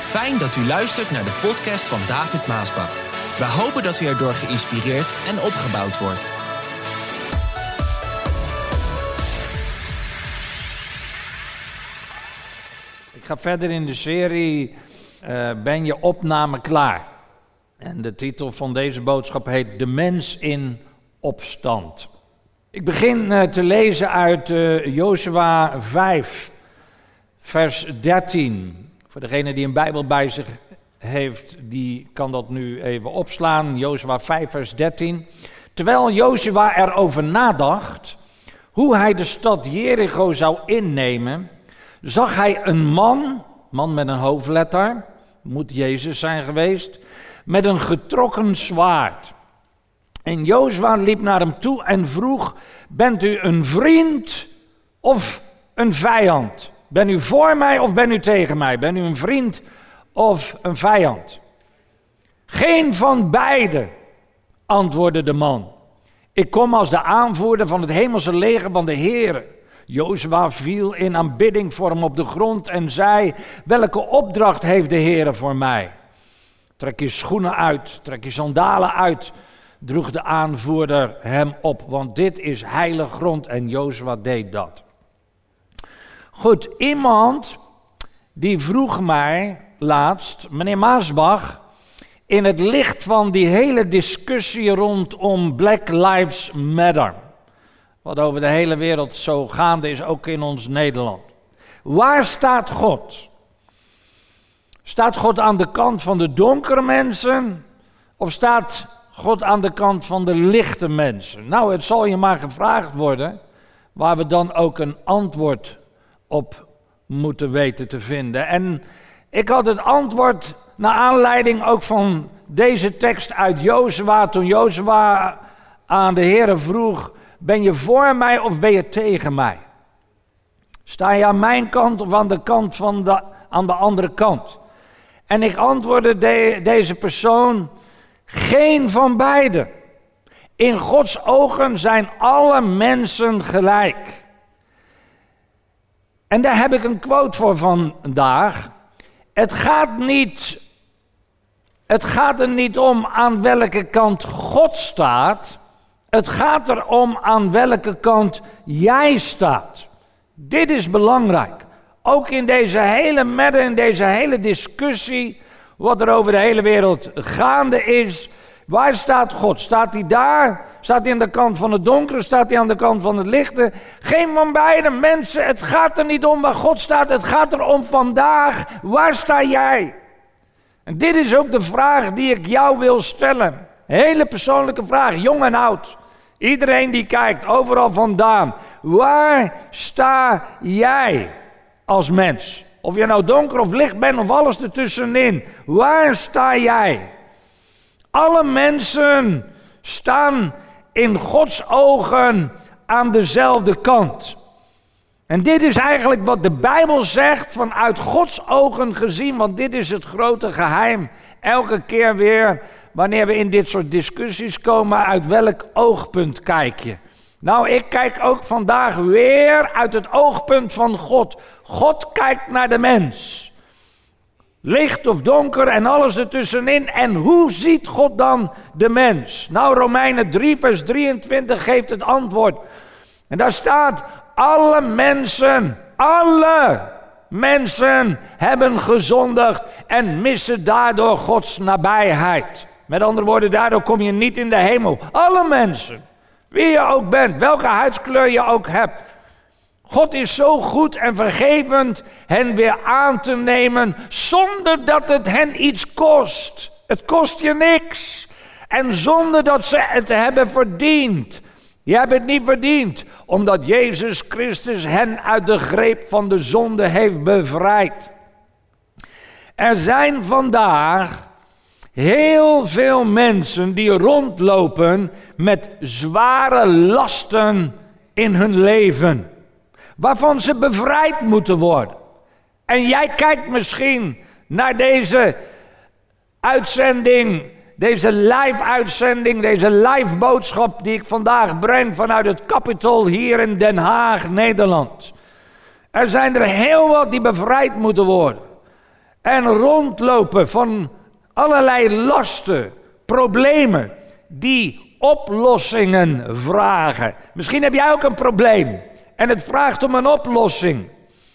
Fijn dat u luistert naar de podcast van David Maasbach. We hopen dat u erdoor geïnspireerd en opgebouwd wordt. Ik ga verder in de serie Ben je opname klaar? En de titel van deze boodschap heet De mens in opstand. Ik begin te lezen uit Jozua 5, vers 13. Voor degene die een Bijbel bij zich heeft, die kan dat nu even opslaan. Jozua 5, vers 13. Terwijl Jozua erover nadacht hoe hij de stad Jericho zou innemen, zag hij een man met een hoofdletter, moet Jezus zijn geweest, met een getrokken zwaard. En Jozua liep naar hem toe en vroeg: bent u een vriend of een vijand? Ben u voor mij of ben u tegen mij? Ben u een vriend of een vijand? Geen van beide, antwoordde de man. Ik kom als de aanvoerder van het hemelse leger van de Heere. Jozua viel in aanbidding voor hem op de grond en zei: welke opdracht heeft de Heere voor mij? Trek je schoenen uit, trek je sandalen uit, droeg de aanvoerder hem op, want dit is heilig grond. En Jozua deed dat. Goed, iemand die vroeg mij laatst, meneer Maasbach, in het licht van die hele discussie rondom Black Lives Matter, wat over de hele wereld zo gaande is, ook in ons Nederland. Waar staat God? Staat God aan de kant van de donkere mensen of staat God aan de kant van de lichte mensen? Nou, het zal je maar gevraagd worden, waar we dan ook een antwoord op moeten weten te vinden. En ik had het antwoord naar aanleiding ook van deze tekst uit Jozua, toen Jozua aan de Heere vroeg: ben je voor mij of ben je tegen mij? Sta je aan mijn kant of aan de kant aan de andere kant? En ik antwoordde deze persoon: geen van beide. In Gods ogen zijn alle mensen gelijk. En daar heb ik een quote voor vandaag. Het gaat er niet om aan welke kant God staat. Het gaat erom aan welke kant jij staat. Dit is belangrijk. Ook in deze hele discussie, wat er over de hele wereld gaande is. Waar staat God? Staat hij daar? Staat hij aan de kant van het donkere? Staat hij aan de kant van het lichte? Geen van beide mensen. Het gaat er niet om waar God staat. Het gaat er om vandaag. Waar sta jij? En dit is ook de vraag die ik jou wil stellen. Hele persoonlijke vraag, jong en oud. Iedereen die kijkt, overal vandaan. Waar sta jij als mens? Of je nou donker of licht bent of alles ertussenin. Waar sta jij? Alle mensen staan in Gods ogen aan dezelfde kant. En dit is eigenlijk wat de Bijbel zegt vanuit Gods ogen gezien, want dit is het grote geheim. Elke keer weer, wanneer we in dit soort discussies komen, uit welk oogpunt kijk je? Nou, ik kijk ook vandaag weer uit het oogpunt van God. God kijkt naar de mens. Licht of donker en alles ertussenin. En hoe ziet God dan de mens? Nou, Romeinen 3 vers 23 geeft het antwoord. En daar staat: alle mensen hebben gezondigd en missen daardoor Gods nabijheid. Met andere woorden, daardoor kom je niet in de hemel. Alle mensen, wie je ook bent, welke huidskleur je ook hebt. God is zo goed en vergevend hen weer aan te nemen zonder dat het hen iets kost. Het kost je niks. En zonder dat ze het hebben verdiend. Je hebt het niet verdiend, omdat Jezus Christus hen uit de greep van de zonde heeft bevrijd. Er zijn vandaag heel veel mensen die rondlopen met zware lasten in hun leven, waarvan ze bevrijd moeten worden. En jij kijkt misschien naar deze uitzending, deze live-uitzending, deze live-boodschap die ik vandaag breng vanuit het Capitol hier in Den Haag, Nederland. Er zijn er heel wat die bevrijd moeten worden. en rondlopen van allerlei lasten, problemen die oplossingen vragen. Misschien heb jij ook een probleem en het vraagt om een oplossing.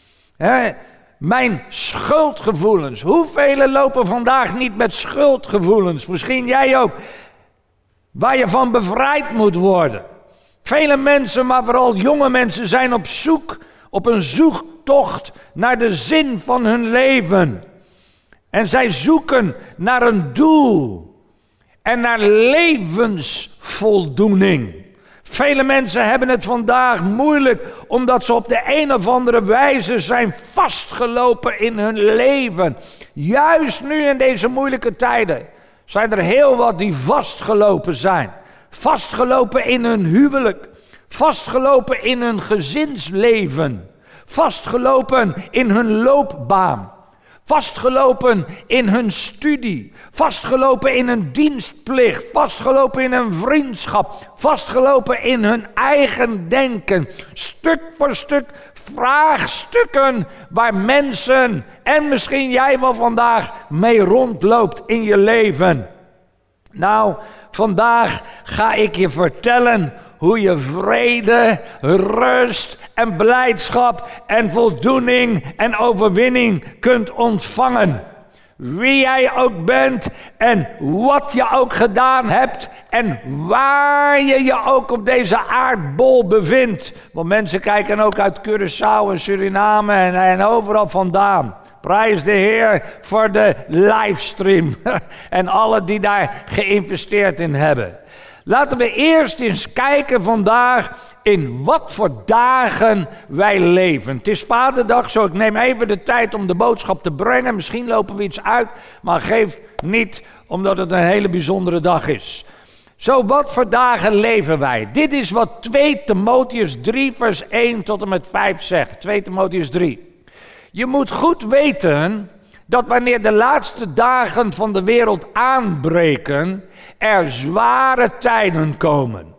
Mijn schuldgevoelens. Hoeveel lopen vandaag niet met schuldgevoelens? Misschien jij ook. Waar je van bevrijd moet worden. Vele mensen, maar vooral jonge mensen, zijn op een zoektocht naar de zin van hun leven. En zij zoeken naar een doel en naar levensvoldoening. Vele mensen hebben het vandaag moeilijk omdat ze op de een of andere wijze zijn vastgelopen in hun leven. Juist nu in deze moeilijke tijden zijn er heel wat die vastgelopen zijn. Vastgelopen in hun huwelijk, vastgelopen in hun gezinsleven, vastgelopen in hun loopbaan. Vastgelopen in hun studie, vastgelopen in hun dienstplicht, vastgelopen in hun vriendschap, vastgelopen in hun eigen denken. Stuk voor stuk vraagstukken waar mensen en misschien jij wel vandaag mee rondloopt in je leven. Nou, vandaag ga ik je vertellen hoe je vrede, rust en blijdschap en voldoening en overwinning kunt ontvangen. Wie jij ook bent en wat je ook gedaan hebt en waar je je ook op deze aardbol bevindt. Want mensen kijken ook uit Curaçao en Suriname en overal vandaan. Prijs de Heer voor de livestream en alle die daar geïnvesteerd in hebben. Laten we eerst eens kijken vandaag in wat voor dagen wij leven. Het is Vaderdag, zo ik neem even de tijd om de boodschap te brengen. Misschien lopen we iets uit, maar geef niet, omdat het een hele bijzondere dag is. Zo, wat voor dagen leven wij? Dit is wat 2 Timotheus 3 vers 1 tot en met 5 zegt. 2 Timotheus 3. Je moet goed weten dat wanneer de laatste dagen van de wereld aanbreken, er zware tijden komen.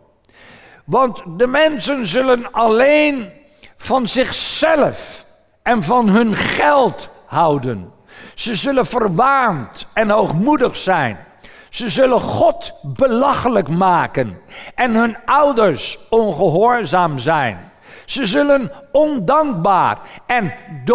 Want de mensen zullen alleen van zichzelf en van hun geld houden. Ze zullen verwaand en hoogmoedig zijn. Ze zullen God belachelijk maken en hun ouders ongehoorzaam zijn. Ze zullen ondankbaar en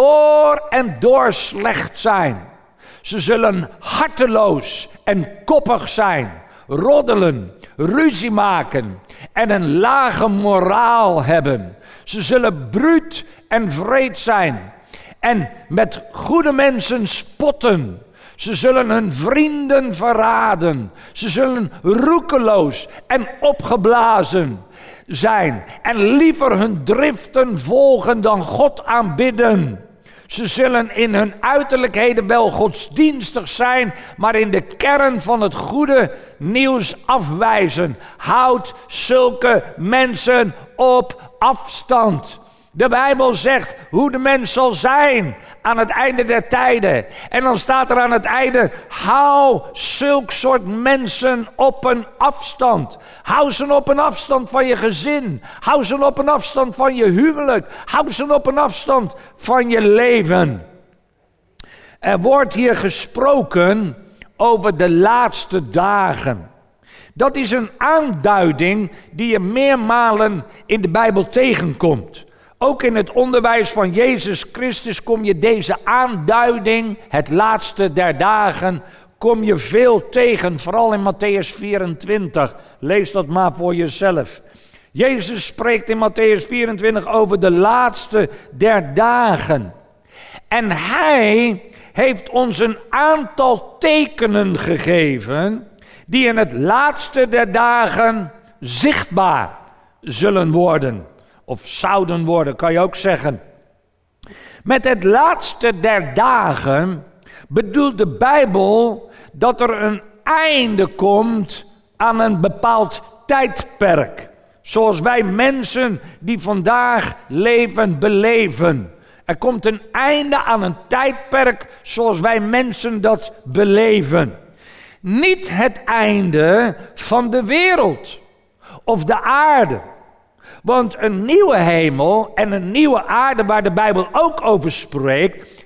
door slecht zijn. Ze zullen harteloos en koppig zijn, roddelen, ruzie maken en een lage moraal hebben. Ze zullen bruut en wreed zijn en met goede mensen spotten. Ze zullen hun vrienden verraden. Ze zullen roekeloos en opgeblazen zijn en liever hun driften volgen dan God aanbidden. Ze zullen in hun uiterlijkheden wel godsdienstig zijn, maar in de kern van het goede nieuws afwijzen. Houd zulke mensen op afstand. De Bijbel zegt hoe de mens zal zijn aan het einde der tijden. En dan staat er aan het einde, hou zulk soort mensen op een afstand. Hou ze op een afstand van je gezin. Hou ze op een afstand van je huwelijk. Hou ze op een afstand van je leven. Er wordt hier gesproken over de laatste dagen. Dat is een aanduiding die je meermalen in de Bijbel tegenkomt. Ook in het onderwijs van Jezus Christus kom je deze aanduiding, het laatste der dagen, kom je veel tegen. Vooral in Mattheüs 24. Lees dat maar voor jezelf. Jezus spreekt in Mattheüs 24 over de laatste der dagen. En hij heeft ons een aantal tekenen gegeven die in het laatste der dagen zichtbaar zullen worden. Of zouden worden, kan je ook zeggen. Met het laatste der dagen bedoelt de Bijbel dat er een einde komt aan een bepaald tijdperk. Zoals wij mensen die vandaag leven, beleven. Er komt een einde aan een tijdperk zoals wij mensen dat beleven. Niet het einde van de wereld of de aarde. Want een nieuwe hemel en een nieuwe aarde waar de Bijbel ook over spreekt,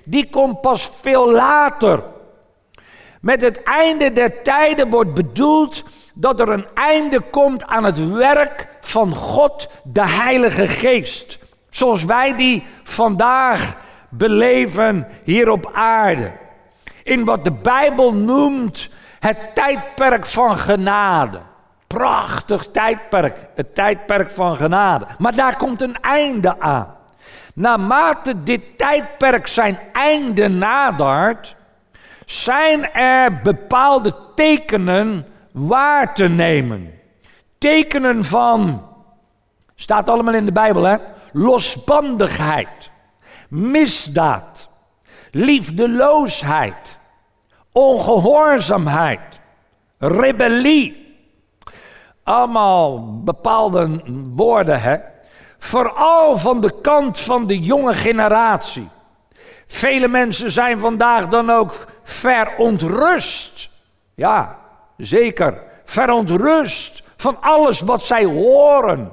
die komt pas veel later. Met het einde der tijden wordt bedoeld dat er een einde komt aan het werk van God, de Heilige Geest. Zoals wij die vandaag beleven hier op aarde. In wat de Bijbel noemt het tijdperk van genade. Prachtig tijdperk, het tijdperk van genade. Maar daar komt een einde aan. Naarmate dit tijdperk zijn einde nadert, zijn er bepaalde tekenen waar te nemen. Tekenen van, staat allemaal in de Bijbel hè, losbandigheid, misdaad, liefdeloosheid, ongehoorzaamheid, rebellie. Allemaal bepaalde woorden hè. Vooral van de kant van de jonge generatie. Vele mensen zijn vandaag dan ook verontrust. Ja, zeker. Verontrust van alles wat zij horen,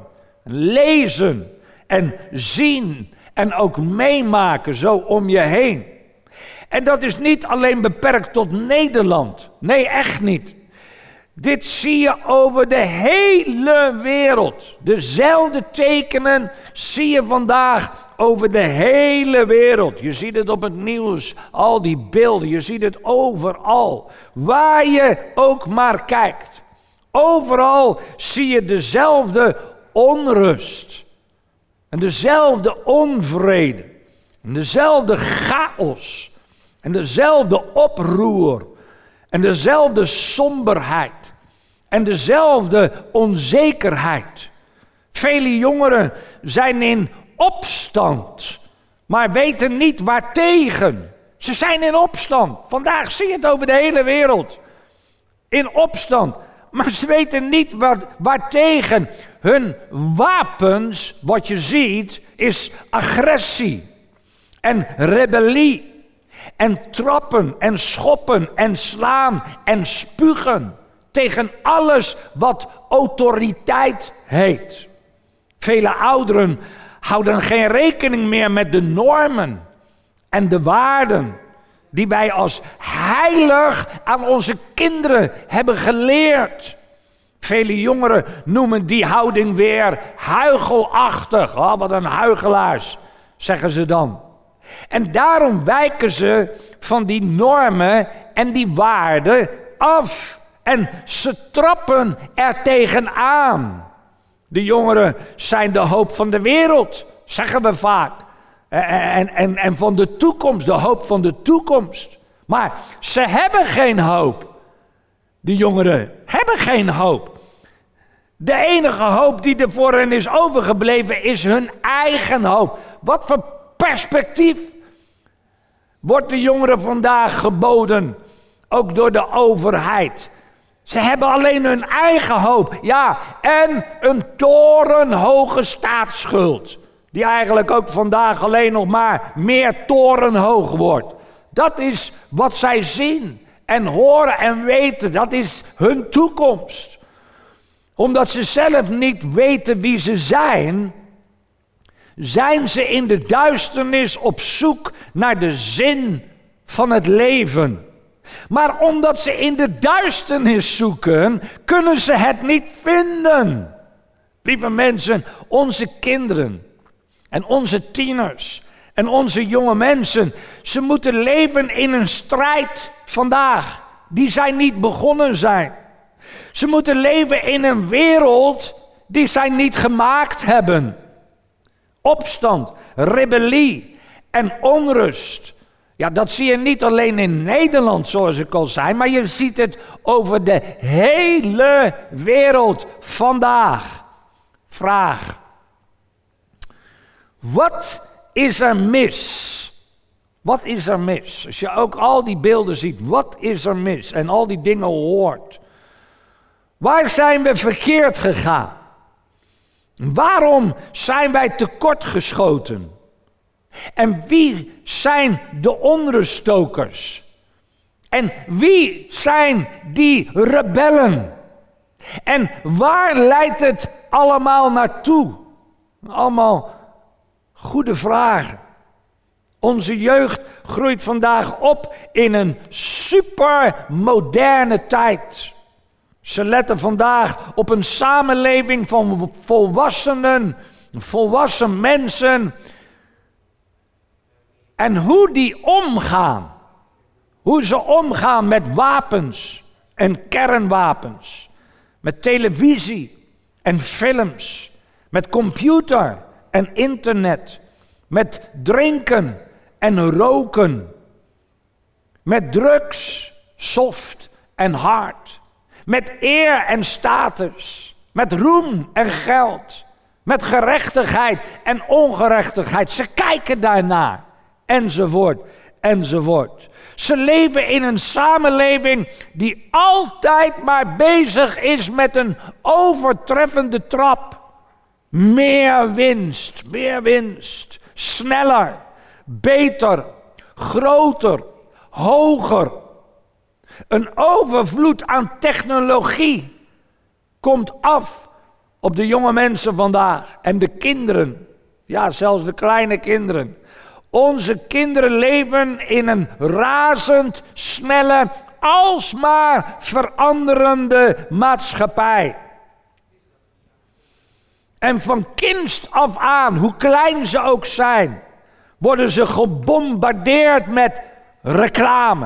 lezen en zien en ook meemaken zo om je heen. En dat is niet alleen beperkt tot Nederland. Nee, echt niet. Dit zie je over de hele wereld. Dezelfde tekenen zie je vandaag over de hele wereld. Je ziet het op het nieuws, al die beelden, je ziet het overal. Waar je ook maar kijkt. Overal zie je dezelfde onrust. En dezelfde onvrede. En dezelfde chaos. En dezelfde oproer. En dezelfde somberheid. En dezelfde onzekerheid. Vele jongeren zijn in opstand. Maar weten niet waartegen. Ze zijn in opstand. Vandaag zie je het over de hele wereld. In opstand. Maar ze weten niet waartegen. Hun wapens, wat je ziet, is agressie. En rebellie. En trappen en schoppen en slaan en spugen. Tegen alles wat autoriteit heet. Vele ouderen houden geen rekening meer met de normen en de waarden die wij als heilig aan onze kinderen hebben geleerd. Vele jongeren noemen die houding weer huichelachtig. Oh, wat een huichelaars, zeggen ze dan. En daarom wijken ze van die normen en die waarden af. En ze trappen er tegenaan. De jongeren zijn de hoop van de wereld, zeggen we vaak. En van de toekomst, de hoop van de toekomst. Maar ze hebben geen hoop. De jongeren hebben geen hoop. De enige hoop die er voor hen is overgebleven is hun eigen hoop. Wat voor perspectief wordt de jongeren vandaag geboden, ook door de overheid. Ze hebben alleen hun eigen hoop. Ja, en een torenhoge staatsschuld. Die eigenlijk ook vandaag alleen nog maar meer torenhoog wordt. Dat is wat zij zien en horen en weten. Dat is hun toekomst. Omdat ze zelf niet weten wie ze zijn ze in de duisternis op zoek naar de zin van het leven. Maar omdat ze in de duisternis zoeken, kunnen ze het niet vinden. Lieve mensen, onze kinderen en onze tieners en onze jonge mensen, ze moeten leven in een strijd vandaag die zij niet begonnen zijn. Ze moeten leven in een wereld die zij niet gemaakt hebben. Opstand, rebellie en onrust. Ja, dat zie je niet alleen in Nederland, zoals ik al zei, maar je ziet het over de hele wereld vandaag. Vraag. Wat is er mis? Wat is er mis? Als je ook al die beelden ziet, wat is er mis? En al die dingen hoort. Waar zijn we verkeerd gegaan? Waarom zijn wij tekortgeschoten? En wie zijn de onruststokers? En wie zijn die rebellen? En waar leidt het allemaal naartoe? Allemaal goede vragen. Onze jeugd groeit vandaag op in een supermoderne tijd. Ze letten vandaag op een samenleving van volwassen mensen. En hoe die omgaan. Hoe ze omgaan met wapens en kernwapens. Met televisie en films. Met computer en internet. Met drinken en roken. Met drugs, soft en hard. Met eer en status. Met roem en geld. Met gerechtigheid en ongerechtigheid. Ze kijken daarnaar. Enzovoort, enzovoort. Ze leven in een samenleving die altijd maar bezig is met een overtreffende trap. Meer winst, sneller, beter, groter, hoger. Een overvloed aan technologie komt af op de jonge mensen vandaag en de kinderen. Ja, zelfs de kleine kinderen. Onze kinderen leven in een razendsnelle, alsmaar veranderende maatschappij. En van kinds af aan, hoe klein ze ook zijn, worden ze gebombardeerd met reclame.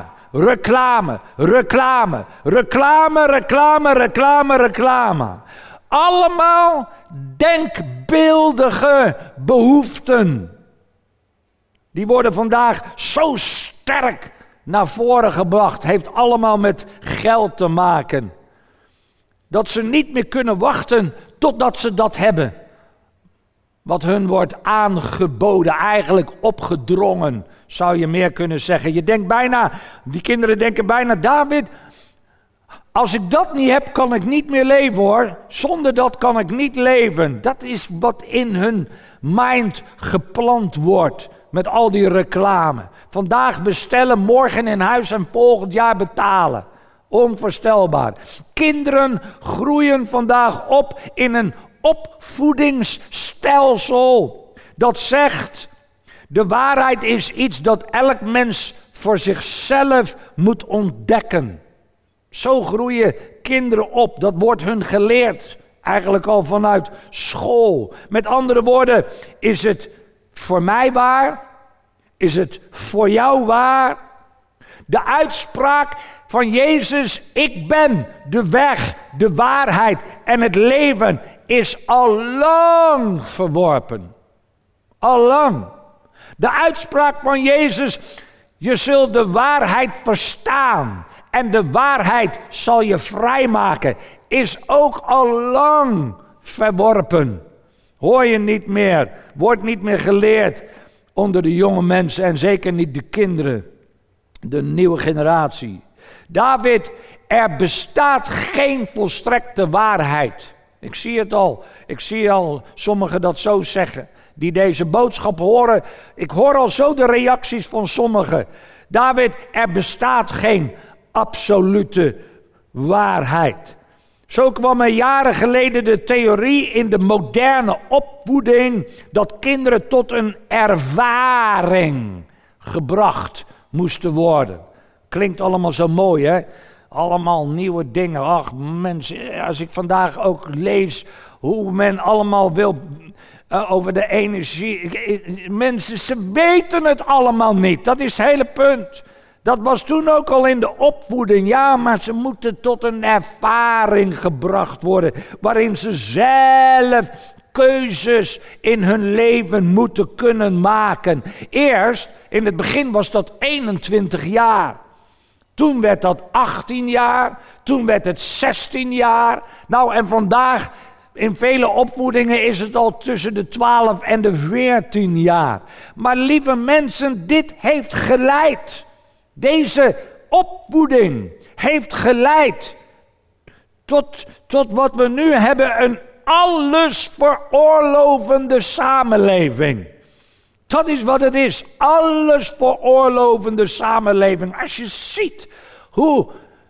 Allemaal denkbeeldige behoeften. Die worden vandaag zo sterk naar voren gebracht. Heeft allemaal met geld te maken. Dat ze niet meer kunnen wachten totdat ze dat hebben. Wat hun wordt aangeboden, eigenlijk opgedrongen, zou je meer kunnen zeggen. Die kinderen denken bijna, David, als ik dat niet heb, kan ik niet meer leven hoor. Zonder dat kan ik niet leven. Dat is wat in hun mind geplant wordt. Met al die reclame. Vandaag bestellen, morgen in huis en volgend jaar betalen. Onvoorstelbaar. Kinderen groeien vandaag op in een opvoedingsstelsel. Dat zegt, de waarheid is iets dat elk mens voor zichzelf moet ontdekken. Zo groeien kinderen op. Dat wordt hun geleerd. Eigenlijk al vanuit school. Met andere woorden, is het voor mij waar? Is het voor jou waar? De uitspraak van Jezus, ik ben de weg, de waarheid en het leven, is al lang verworpen. Al lang. De uitspraak van Jezus, je zult de waarheid verstaan en de waarheid zal je vrijmaken, is ook al lang verworpen. Hoor je niet meer, wordt niet meer geleerd onder de jonge mensen en zeker niet de kinderen, de nieuwe generatie. David, er bestaat geen volstrekte waarheid. Ik zie al sommigen dat zo zeggen, die deze boodschap horen. Ik hoor al zo de reacties van sommigen. David, er bestaat geen absolute waarheid. Zo kwam er jaren geleden de theorie in de moderne opvoeding dat kinderen tot een ervaring gebracht moesten worden. Klinkt allemaal zo mooi, hè? Allemaal nieuwe dingen. Ach, mensen, als ik vandaag ook lees hoe men allemaal wil over de energie. Mensen, ze weten het allemaal niet. Dat is het hele punt. Dat was toen ook al in de opvoeding. Ja, maar ze moeten tot een ervaring gebracht worden, waarin ze zelf keuzes in hun leven moeten kunnen maken. Eerst, in het begin was dat 21 jaar. Toen werd dat 18 jaar. Toen werd het 16 jaar. Nou, en vandaag, in vele opvoedingen is het al tussen de 12 en de 14 jaar. Maar lieve mensen, dit heeft geleid. Deze opvoeding heeft geleid tot wat we nu hebben, een alles veroorlovende samenleving. Dat is wat het is, alles veroorlovende samenleving. Als je ziet hoe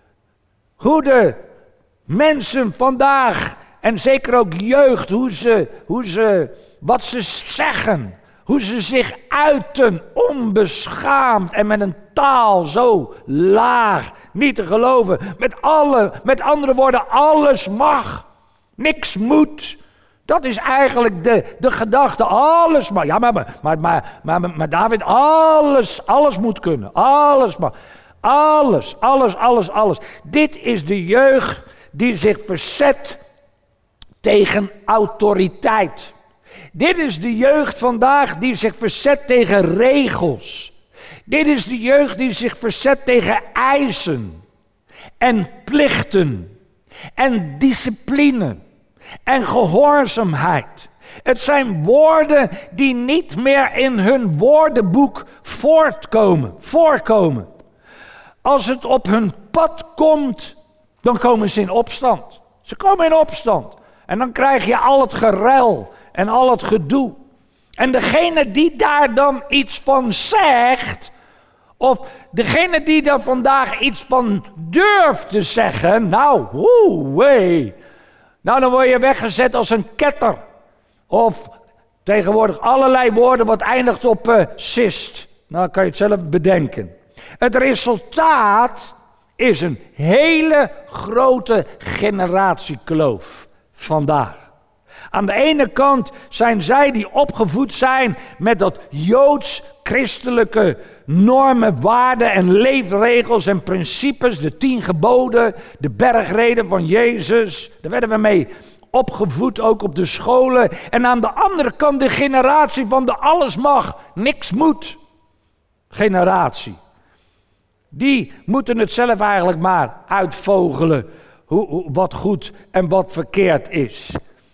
de mensen vandaag, en zeker ook jeugd, wat ze zeggen, Hoe ze zich uiten, onbeschaamd en met een taal zo laag, niet te geloven. Met andere woorden, alles mag, niks moet. Dat is eigenlijk de gedachte, alles mag. Ja, maar David, alles moet kunnen, alles mag. Alles. Dit is de jeugd die zich verzet tegen autoriteit. Dit is de jeugd vandaag die zich verzet tegen regels. Dit is de jeugd die zich verzet tegen eisen en plichten en discipline en gehoorzaamheid. Het zijn woorden die niet meer in hun woordenboek voorkomen. Als het op hun pad komt, dan komen ze in opstand. Ze komen in opstand. En dan krijg je al het gerel en al het gedoe. En degene die daar dan iets van zegt, of degene die daar vandaag iets van durft te zeggen, nou, dan word je weggezet als een ketter. Of tegenwoordig allerlei woorden wat eindigt op sist. Nou, dan kan je het zelf bedenken. Het resultaat is een hele grote generatiekloof vandaag. Aan de ene kant zijn zij die opgevoed zijn met dat joods-christelijke normen, waarden en leefregels en principes. De 10 geboden, de bergreden van Jezus. Daar werden we mee opgevoed, ook op de scholen. En aan de andere kant de generatie van de alles mag, niks moet generatie. Die moeten het zelf eigenlijk maar uitvogelen, wat goed en wat verkeerd is.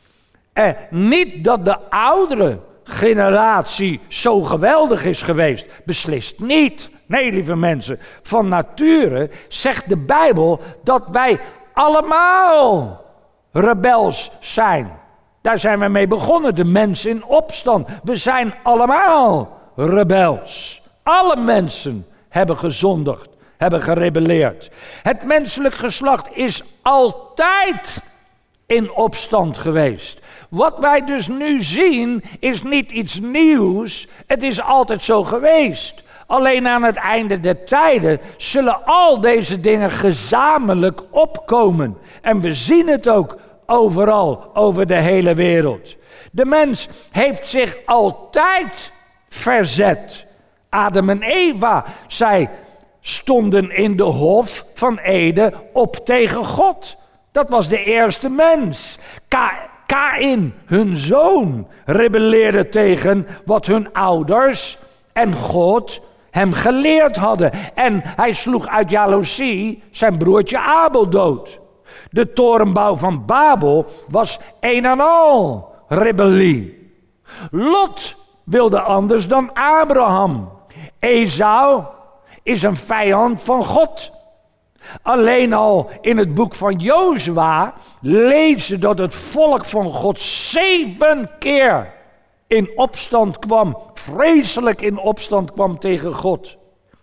Niet dat de oudere generatie zo geweldig is geweest, beslist niet. Nee, lieve mensen, van nature zegt de Bijbel dat wij allemaal rebels zijn. Daar zijn we mee begonnen, de mens in opstand. We zijn allemaal rebels. Alle mensen hebben gezondigd, hebben gerebelleerd. Het menselijk geslacht is altijd in opstand geweest. Wat wij dus nu zien is niet iets nieuws. Het is altijd zo geweest. Alleen aan het einde der tijden zullen al deze dingen gezamenlijk opkomen. En we zien het ook overal over de hele wereld. De mens heeft zich altijd verzet. Adam en Eva, zij stonden in de hof van Eden op tegen God. Dat was de eerste mens. Kaïn, hun zoon, rebelleerde tegen wat hun ouders en God hem geleerd hadden. En hij sloeg uit jaloezie zijn broertje Abel dood. De torenbouw van Babel was een en al rebellie. Lot wilde anders dan Abraham. Esau is een vijand van God. Alleen al in het boek van Jozua lezen dat het volk van God 7 keer in opstand kwam, vreselijk in opstand kwam tegen God.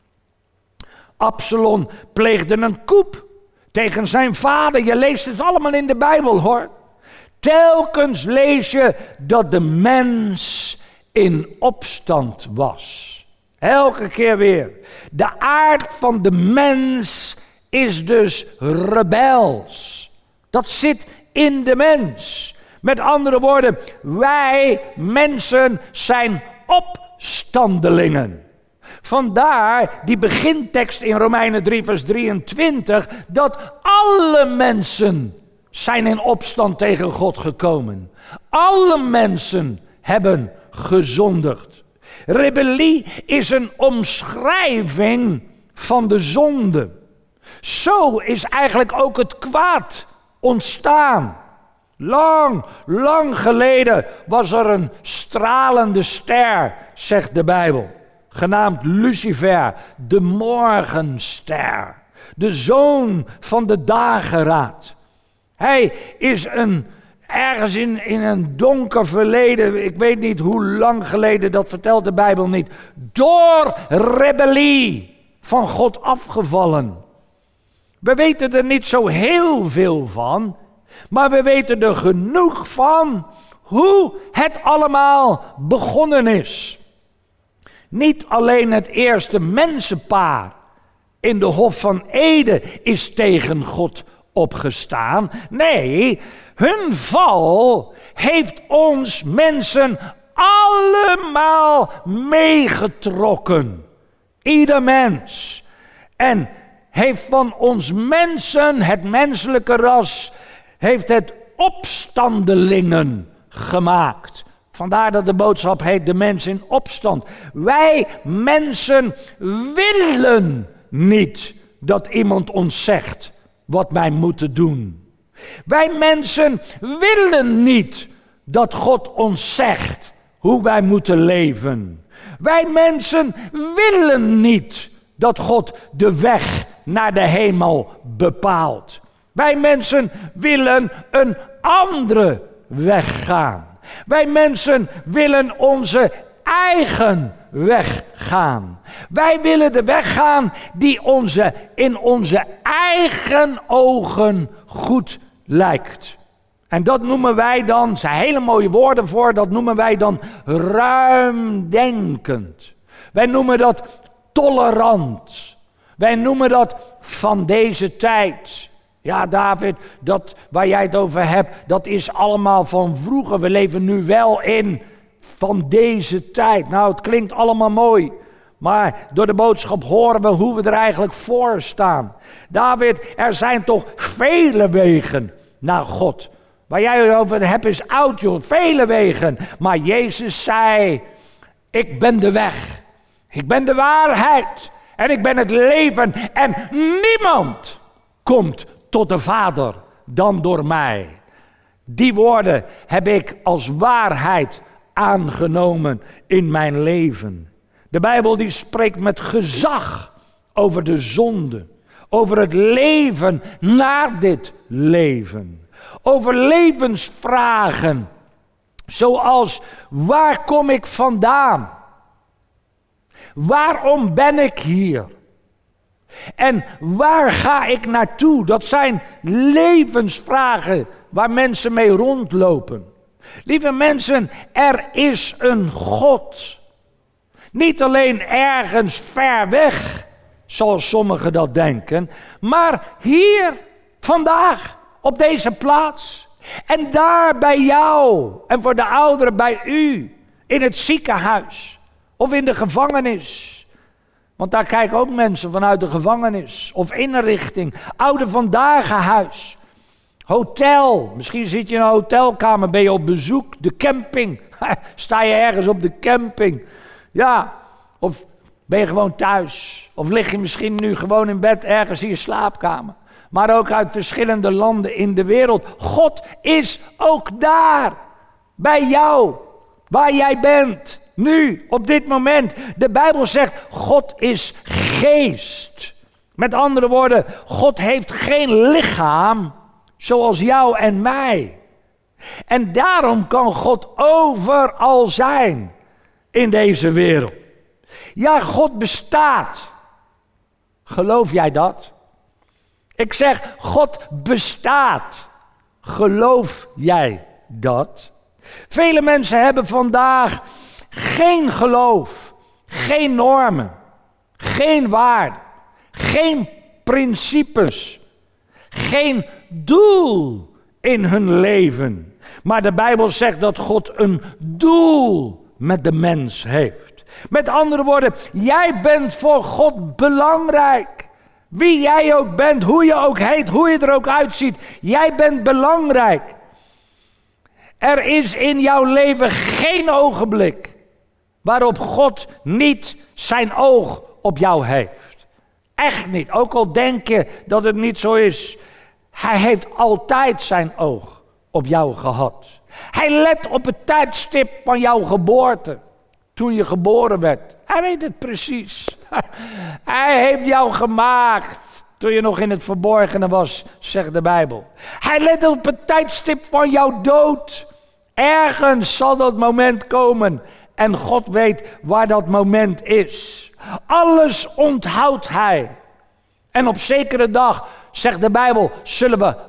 Absalom pleegde een coup tegen zijn vader. Je leest het allemaal in de Bijbel, hoor. Telkens lees je dat de mens in opstand was. Elke keer weer. De aard van de mens is dus rebels. Dat zit in de mens. Met andere woorden, wij mensen zijn opstandelingen. Vandaar die begintekst in Romeinen 3 vers 23, dat alle mensen zijn in opstand tegen God gekomen. Alle mensen hebben gezondigd. Rebellie is een omschrijving van de zonde. Zo is eigenlijk ook het kwaad ontstaan. Lang geleden was er een stralende ster, zegt de Bijbel, genaamd Lucifer, de morgenster, de zoon van de dageraad. Hij is ergens in een donker verleden, ik weet niet hoe lang geleden, dat vertelt de Bijbel niet, door rebellie van God afgevallen. We weten er niet zo heel veel van, maar we weten er genoeg van hoe het allemaal begonnen is. Niet alleen het eerste mensenpaar in de Hof van Eden is tegen God opgestaan. Nee, hun val heeft ons mensen allemaal meegetrokken. Ieder mens. En heeft van ons mensen, het menselijke ras, heeft het opstandelingen gemaakt. Vandaar dat de boodschap heet de mens in opstand. Wij mensen willen niet dat iemand ons zegt wat wij moeten doen. Wij mensen willen niet dat God ons zegt hoe wij moeten leven. Wij mensen willen niet dat God de weg naar de hemel bepaalt. Wij mensen willen een andere weg gaan. Wij mensen willen onze eigen weg gaan. Wij willen de weg gaan die in onze eigen ogen goed lijkt. En dat noemen wij dan, er zijn hele mooie woorden voor, dat noemen wij dan ruimdenkend. Wij noemen dat tolerant. Wij noemen dat van deze tijd. Ja, David, dat waar jij het over hebt, dat is allemaal van vroeger. We leven nu wel in van deze tijd. Nou, het klinkt allemaal mooi. Maar door de boodschap horen we hoe we er eigenlijk voor staan. David, er zijn toch vele wegen naar God. Waar jij het over hebt is oud, joh. Vele wegen. Maar Jezus zei, ik ben de weg. Ik ben de waarheid. En ik ben het leven. En niemand komt tot de Vader dan door mij. Die woorden heb ik als waarheid aangenomen in mijn leven. De Bijbel die spreekt met gezag over de zonde. Over het leven na dit leven. Over levensvragen. Zoals, waar kom ik vandaan? Waarom ben ik hier? En waar ga ik naartoe? Dat zijn levensvragen waar mensen mee rondlopen. Lieve mensen, er is een God. Niet alleen ergens ver weg, zoals sommigen dat denken, maar hier, vandaag, op deze plaats. En daar bij jou, en voor de ouderen bij u, in het ziekenhuis of in de gevangenis. Want daar kijken ook mensen vanuit de gevangenis of inrichting, oude vandaaghuis, hotel. Misschien zit je in een hotelkamer, ben je op bezoek, de camping. Sta je ergens op de camping. Ja, of ben je gewoon thuis. Of lig je misschien nu gewoon in bed ergens in je slaapkamer. Maar ook uit verschillende landen in de wereld. God is ook daar, bij jou, waar jij bent. Nu, op dit moment. De Bijbel zegt, God is geest. Met andere woorden, God heeft geen lichaam zoals jou en mij. En daarom kan God overal zijn in deze wereld. Ja, God bestaat. Geloof jij dat? Ik zeg, God bestaat. Geloof jij dat? Vele mensen hebben vandaag geen geloof, geen normen, geen waarden, geen principes, geen doel in hun leven. Maar de Bijbel zegt dat God een doel met de mens heeft. Met andere woorden, jij bent voor God belangrijk. Wie jij ook bent, hoe je ook heet, hoe je er ook uitziet. Jij bent belangrijk. Er is in jouw leven geen ogenblik waarop God niet zijn oog op jou heeft. Echt niet, ook al denk je dat het niet zo is. Hij heeft altijd zijn oog op jou gehad. Hij let op het tijdstip van jouw geboorte. Toen je geboren werd. Hij weet het precies. Hij heeft jou gemaakt toen je nog in het verborgene was, zegt de Bijbel. Hij let op het tijdstip van jouw dood. Ergens zal dat moment komen. En God weet waar dat moment is. Alles onthoudt hij. En op zekere dag, zegt de Bijbel, zullen we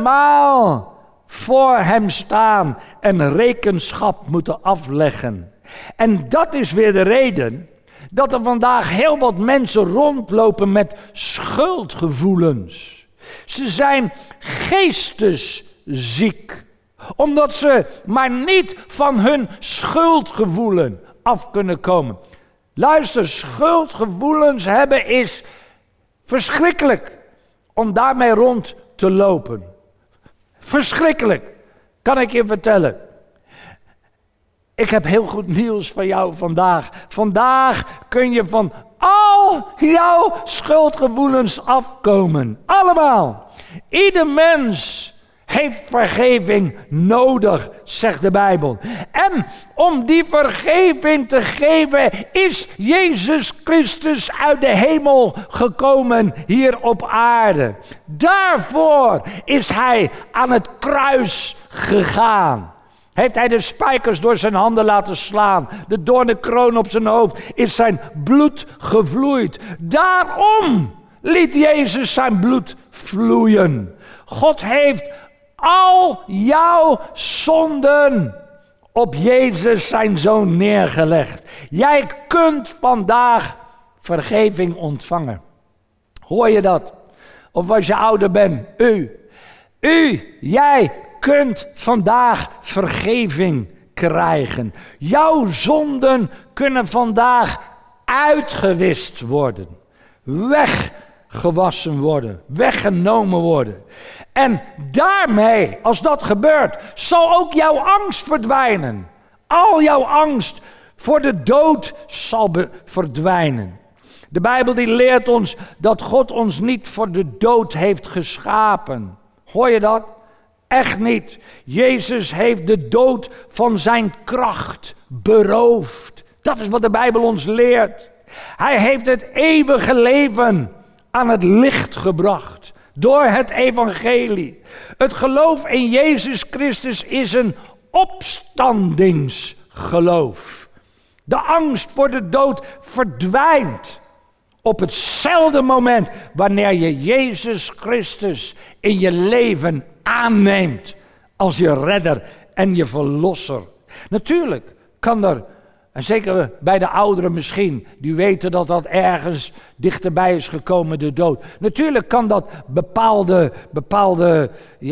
allemaal voor hem staan en rekenschap moeten afleggen. En dat is weer de reden dat er vandaag heel wat mensen rondlopen met schuldgevoelens. Ze zijn geestesziek, omdat ze maar niet van hun schuldgevoelen af kunnen komen. Luister, schuldgevoelens hebben is verschrikkelijk om daarmee rond te lopen. Verschrikkelijk, kan ik je vertellen. Ik heb heel goed nieuws voor jou vandaag. Vandaag kun je van al jouw schuldgevoelens afkomen. Allemaal. Ieder mens heeft vergeving nodig, zegt de Bijbel. En om die vergeving te geven is Jezus Christus uit de hemel gekomen hier op aarde. Daarvoor is hij aan het kruis gegaan. Heeft hij de spijkers door zijn handen laten slaan. De doornenkroon op zijn hoofd is zijn bloed gevloeid. Daarom liet Jezus zijn bloed vloeien. God heeft al jouw zonden op Jezus zijn zoon neergelegd. Jij kunt vandaag vergeving ontvangen. Hoor je dat? Of als je ouder bent, jij kunt vandaag vergeving krijgen. Jouw zonden kunnen vandaag uitgewist worden. Weggewassen worden. Weggenomen worden. En daarmee, als dat gebeurt, zal ook jouw angst verdwijnen. Al jouw angst voor de dood zal verdwijnen. De Bijbel die leert ons dat God ons niet voor de dood heeft geschapen. Hoor je dat? Echt niet. Jezus heeft de dood van zijn kracht beroofd. Dat is wat de Bijbel ons leert. Hij heeft het eeuwige leven aan het licht gebracht. Door het evangelie. Het geloof in Jezus Christus is een opstandingsgeloof. De angst voor de dood verdwijnt op hetzelfde moment wanneer je Jezus Christus in je leven aanneemt als je redder en je verlosser. Natuurlijk kan er, en zeker bij de ouderen misschien, die weten dat dat ergens dichterbij is gekomen, de dood. Natuurlijk kan dat bepaalde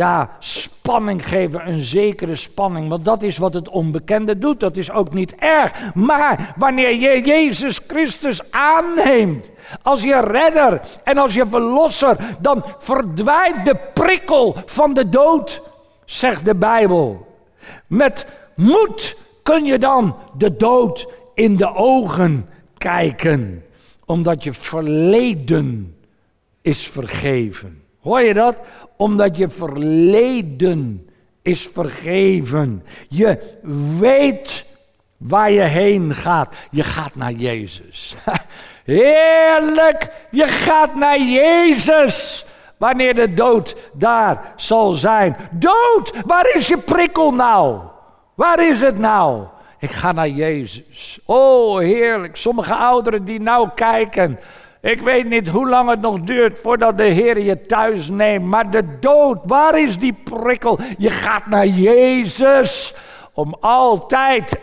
spanning geven, een zekere spanning. Want dat is wat het onbekende doet, dat is ook niet erg. Maar wanneer je Jezus Christus aanneemt als je redder en als je verlosser, dan verdwijnt de prikkel van de dood, zegt de Bijbel. Met moed kun je dan de dood in de ogen kijken, omdat je verleden is vergeven. Hoor je dat? Omdat je verleden is vergeven. Je weet waar je heen gaat. Je gaat naar Jezus. Heerlijk, je gaat naar Jezus. Wanneer de dood daar zal zijn. Dood, waar is je prikkel nou? Waar is het nou? Ik ga naar Jezus. Oh, heerlijk. Sommige ouderen die nou kijken. Ik weet niet hoe lang het nog duurt voordat de Heer je thuis neemt. Maar de dood, waar is die prikkel? Je gaat naar Jezus. Om altijd,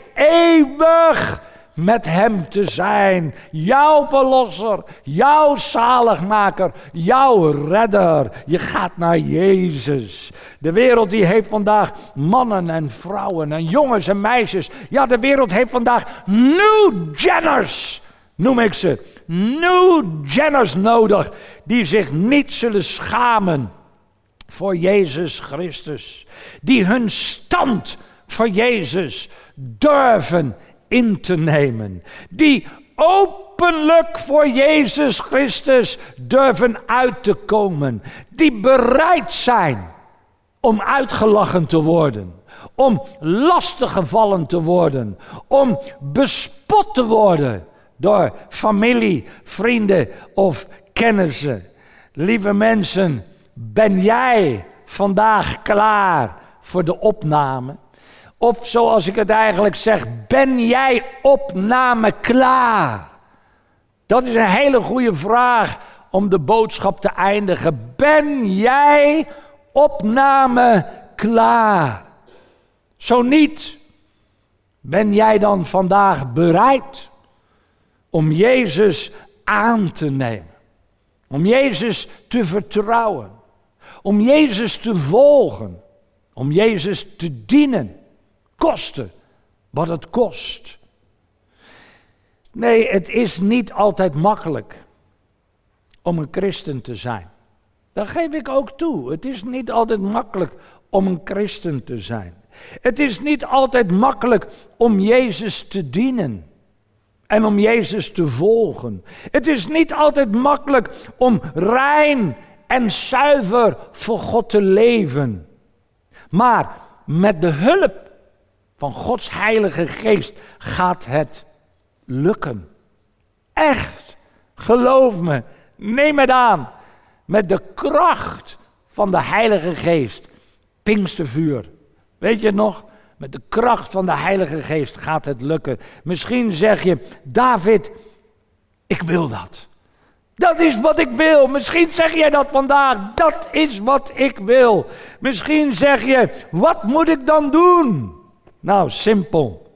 eeuwig met hem te zijn. Jouw verlosser, jouw zaligmaker, jouw redder. Je gaat naar Jezus. De wereld die heeft vandaag mannen en vrouwen en jongens en meisjes. Ja, de wereld heeft vandaag new Jenners, noem ik ze. New Jenners nodig, die zich niet zullen schamen voor Jezus Christus. Die hun stand voor Jezus durven in te nemen. Die openlijk voor Jezus Christus durven uit te komen. Die bereid zijn om uitgelachen te worden. Om lastiggevallen te worden. Om bespot te worden door familie, vrienden of kennissen. Lieve mensen, ben jij vandaag klaar voor de opname? Of zoals ik het eigenlijk zeg, ben jij opname klaar? Dat is een hele goede vraag om de boodschap te eindigen. Ben jij opname klaar? Zo niet, Ben jij dan vandaag bereid om Jezus aan te nemen? Om Jezus te vertrouwen? Om Jezus te volgen? Om Jezus te dienen? Koste wat het kost. Nee, het is niet altijd makkelijk om een christen te zijn. Dat geef ik ook toe. Het is niet altijd makkelijk om een christen te zijn. Het is niet altijd makkelijk om Jezus te dienen en om Jezus te volgen. Het is niet altijd makkelijk om rein en zuiver voor God te leven. Maar met de hulp van Gods Heilige Geest gaat het lukken. Echt, geloof me, neem het aan. Met de kracht van de Heilige Geest. Pinkstervuur. Weet je het nog? Met de kracht van de Heilige Geest gaat het lukken. Misschien zeg je, David, ik wil dat. Dat is wat ik wil. Misschien zeg jij dat vandaag. Dat is wat ik wil. Misschien zeg je, wat moet ik dan doen? Nou, simpel.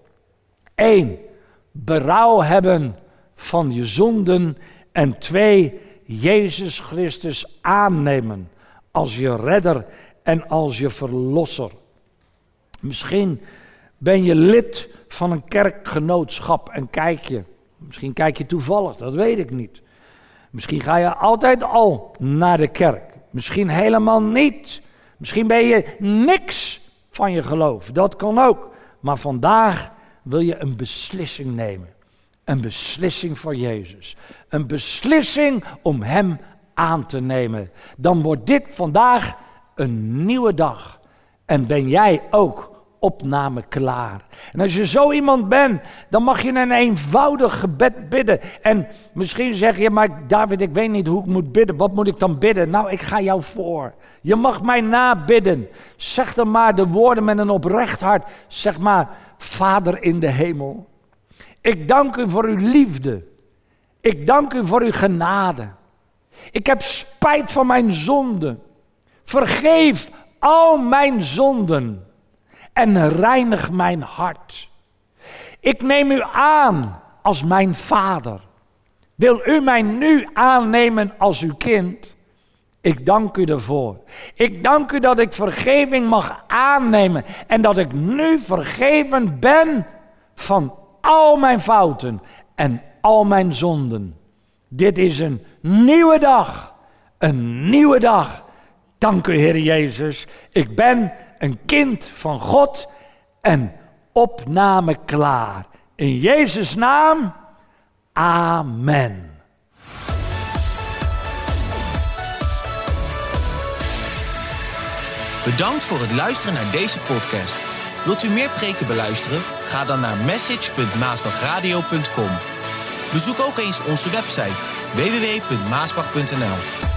1. Berouw hebben van je zonden. En 2. Jezus Christus aannemen als je redder en als je verlosser. Misschien ben je lid van een kerkgenootschap en misschien kijk je toevallig, dat weet ik niet. Misschien ga je altijd al naar de kerk, misschien helemaal niet. Misschien ben je niks van je geloof, dat kan ook. Maar vandaag wil je een beslissing nemen. Een beslissing voor Jezus. Een beslissing om Hem aan te nemen. Dan wordt dit vandaag een nieuwe dag. En ben jij ook opname klaar. En als je zo iemand bent, dan mag je een eenvoudig gebed bidden. En misschien zeg je, maar David, ik weet niet hoe ik moet bidden. Wat moet ik dan bidden? Nou, ik ga jou voor. Je mag mij nabidden. Zeg dan maar de woorden met een oprecht hart. Zeg maar, Vader in de hemel. Ik dank u voor uw liefde. Ik dank u voor uw genade. Ik heb spijt van mijn zonden. Vergeef al mijn zonden. En reinig mijn hart. Ik neem u aan als mijn vader. Wil u mij nu aannemen als uw kind? Ik dank u daarvoor. Ik dank u dat ik vergeving mag aannemen. En dat ik nu vergeven ben van al mijn fouten en al mijn zonden. Dit is een nieuwe dag. Een nieuwe dag. Dank u, Heer Jezus. Ik ben een kind van God en opname klaar. In Jezus' naam. Amen. Bedankt voor het luisteren naar deze podcast. Wilt u meer preken beluisteren? Ga dan naar message.maasbachradio.com. Bezoek ook eens onze website www.maasbach.nl.